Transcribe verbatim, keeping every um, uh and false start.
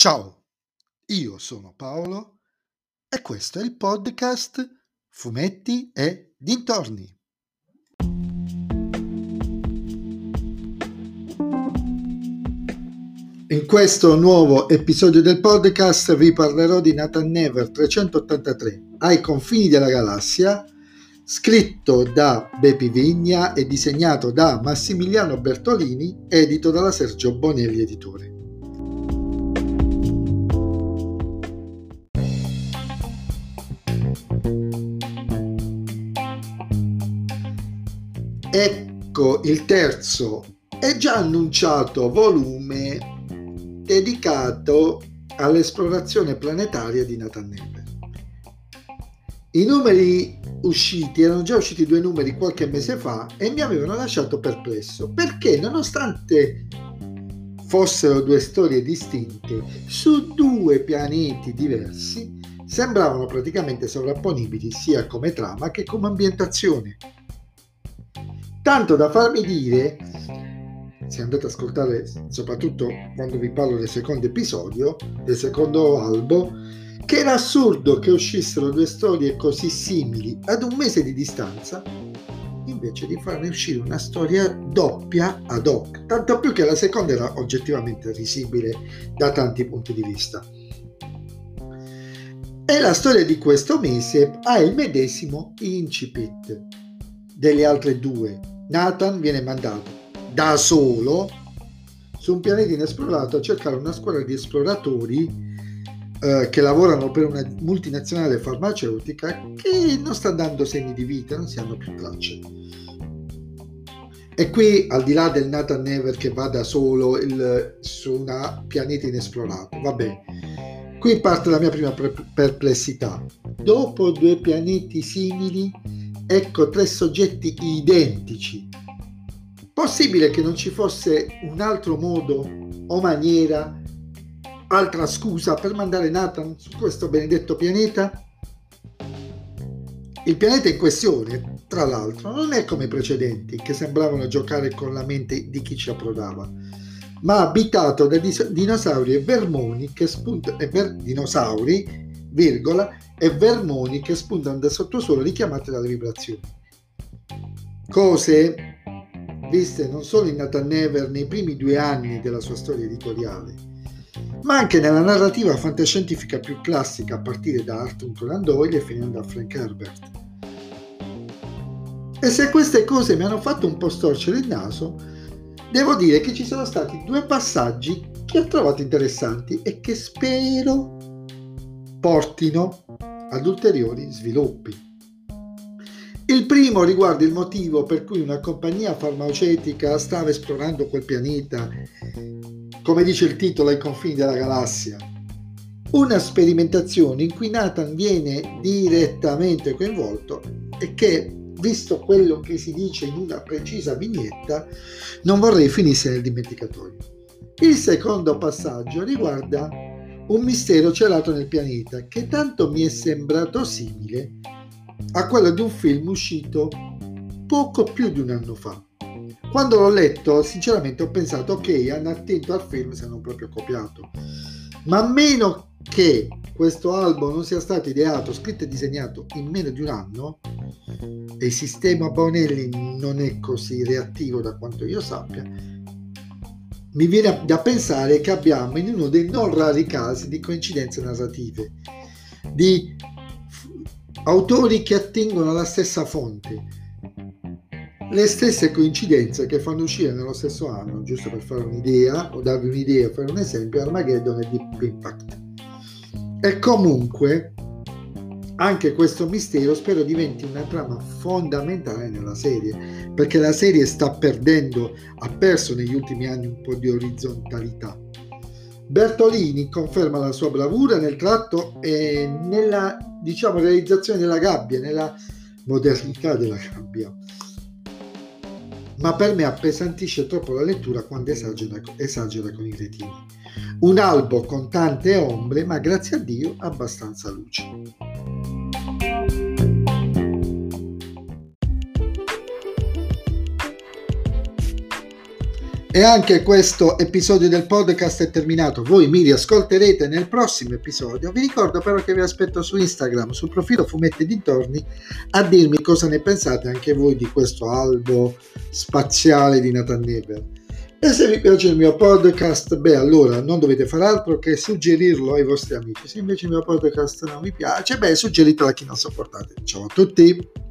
Ciao, io sono Paolo e questo è il podcast Fumetti e Dintorni. In questo nuovo episodio del podcast vi parlerò di Nathan Never trecentottantatré, Ai confini della galassia, scritto da Bepi Vigna e disegnato da Massimiliano Bertolini, edito dalla Sergio Bonelli Editore. Ecco il terzo e già annunciato volume dedicato all'esplorazione planetaria di Nathan Never. I numeri usciti, erano già usciti due numeri qualche mese fa e mi avevano lasciato perplesso perché, nonostante fossero due storie distinte su due pianeti diversi, sembravano praticamente sovrapponibili sia come trama che come ambientazione. Tanto da farmi dire, se andate ad ascoltare, soprattutto quando vi parlo del secondo episodio, del secondo albo, che era assurdo che uscissero due storie così simili ad un mese di distanza, invece di farne uscire una storia doppia ad hoc, tanto più che la seconda era oggettivamente risibile da tanti punti di vista. E la storia di questo mese ha il medesimo incipit delle altre due. Nathan viene mandato da solo su un pianeta inesplorato a cercare una squadra di esploratori eh, che lavorano per una multinazionale farmaceutica che non sta dando segni di vita, non si hanno più tracce. E qui, al di là del Nathan Never che va da solo il, su un pianeta inesplorato, vabbè, qui parte la mia prima perplessità. Dopo due pianeti simili, ecco tre soggetti identici. Possibile che non ci fosse un altro modo o maniera, altra scusa per mandare Nathan su questo benedetto pianeta? Il pianeta in questione, tra l'altro, non è come i precedenti che sembravano giocare con la mente di chi ci approdava, ma abitato da dis- dinosauri e vermoni che spuntano e ver- dinosauri, virgola, e vermoni che spuntano dal sottosuolo richiamati dalle vibrazioni. Cose viste non solo in Nathan Never nei primi due anni della sua storia editoriale, ma anche nella narrativa fantascientifica più classica a partire da Arthur Conan Doyle e finendo a Frank Herbert. E se queste cose mi hanno fatto un po' storcere il naso, devo dire che ci sono stati due passaggi che ho trovato interessanti e che spero portino ad ulteriori sviluppi. Il primo riguarda il motivo per cui una compagnia farmaceutica stava esplorando quel pianeta, come dice il titolo, ai confini della galassia. Una sperimentazione in cui Nathan viene direttamente coinvolto e che, visto quello che si dice in una precisa vignetta, non vorrei finisse nel dimenticatoio. Il secondo passaggio riguarda un mistero celato nel pianeta che tanto mi è sembrato simile a quello di un film uscito poco più di un anno fa. Quando l'ho letto, sinceramente ho pensato, ok, hanno attento al film se non proprio copiato, ma a meno che questo albo non sia stato ideato, scritto e disegnato in meno di un anno, e il sistema Bonelli non è così reattivo da quanto io sappia, mi viene da pensare che abbiamo in uno dei non rari casi di coincidenze narrative, di autori che attingono alla stessa fonte, le stesse coincidenze che fanno uscire nello stesso anno, giusto per fare un'idea o darvi un'idea, fare un esempio, Armageddon e Deep Impact. E comunque anche questo mistero spero diventi una trama fondamentale nella serie, perché la serie sta perdendo, ha perso negli ultimi anni un po' di orizzontalità. Bertolini conferma la sua bravura nel tratto e nella, diciamo, realizzazione della gabbia, nella modernità della gabbia, ma per me appesantisce troppo la lettura quando esagera, esagera con i retini. Un albo con tante ombre, ma grazie a Dio abbastanza luce. E anche questo episodio del podcast è terminato. Voi mi riascolterete nel prossimo episodio. Vi ricordo però che vi aspetto su Instagram, sul profilo Fumetti e Dintorni, a dirmi cosa ne pensate anche voi di questo albo spaziale di Nathan Never. E se vi piace il mio podcast, beh, allora non dovete fare altro che suggerirlo ai vostri amici. Se invece il mio podcast non vi piace, beh, suggeritelo a chi non sopportate. Ciao a tutti!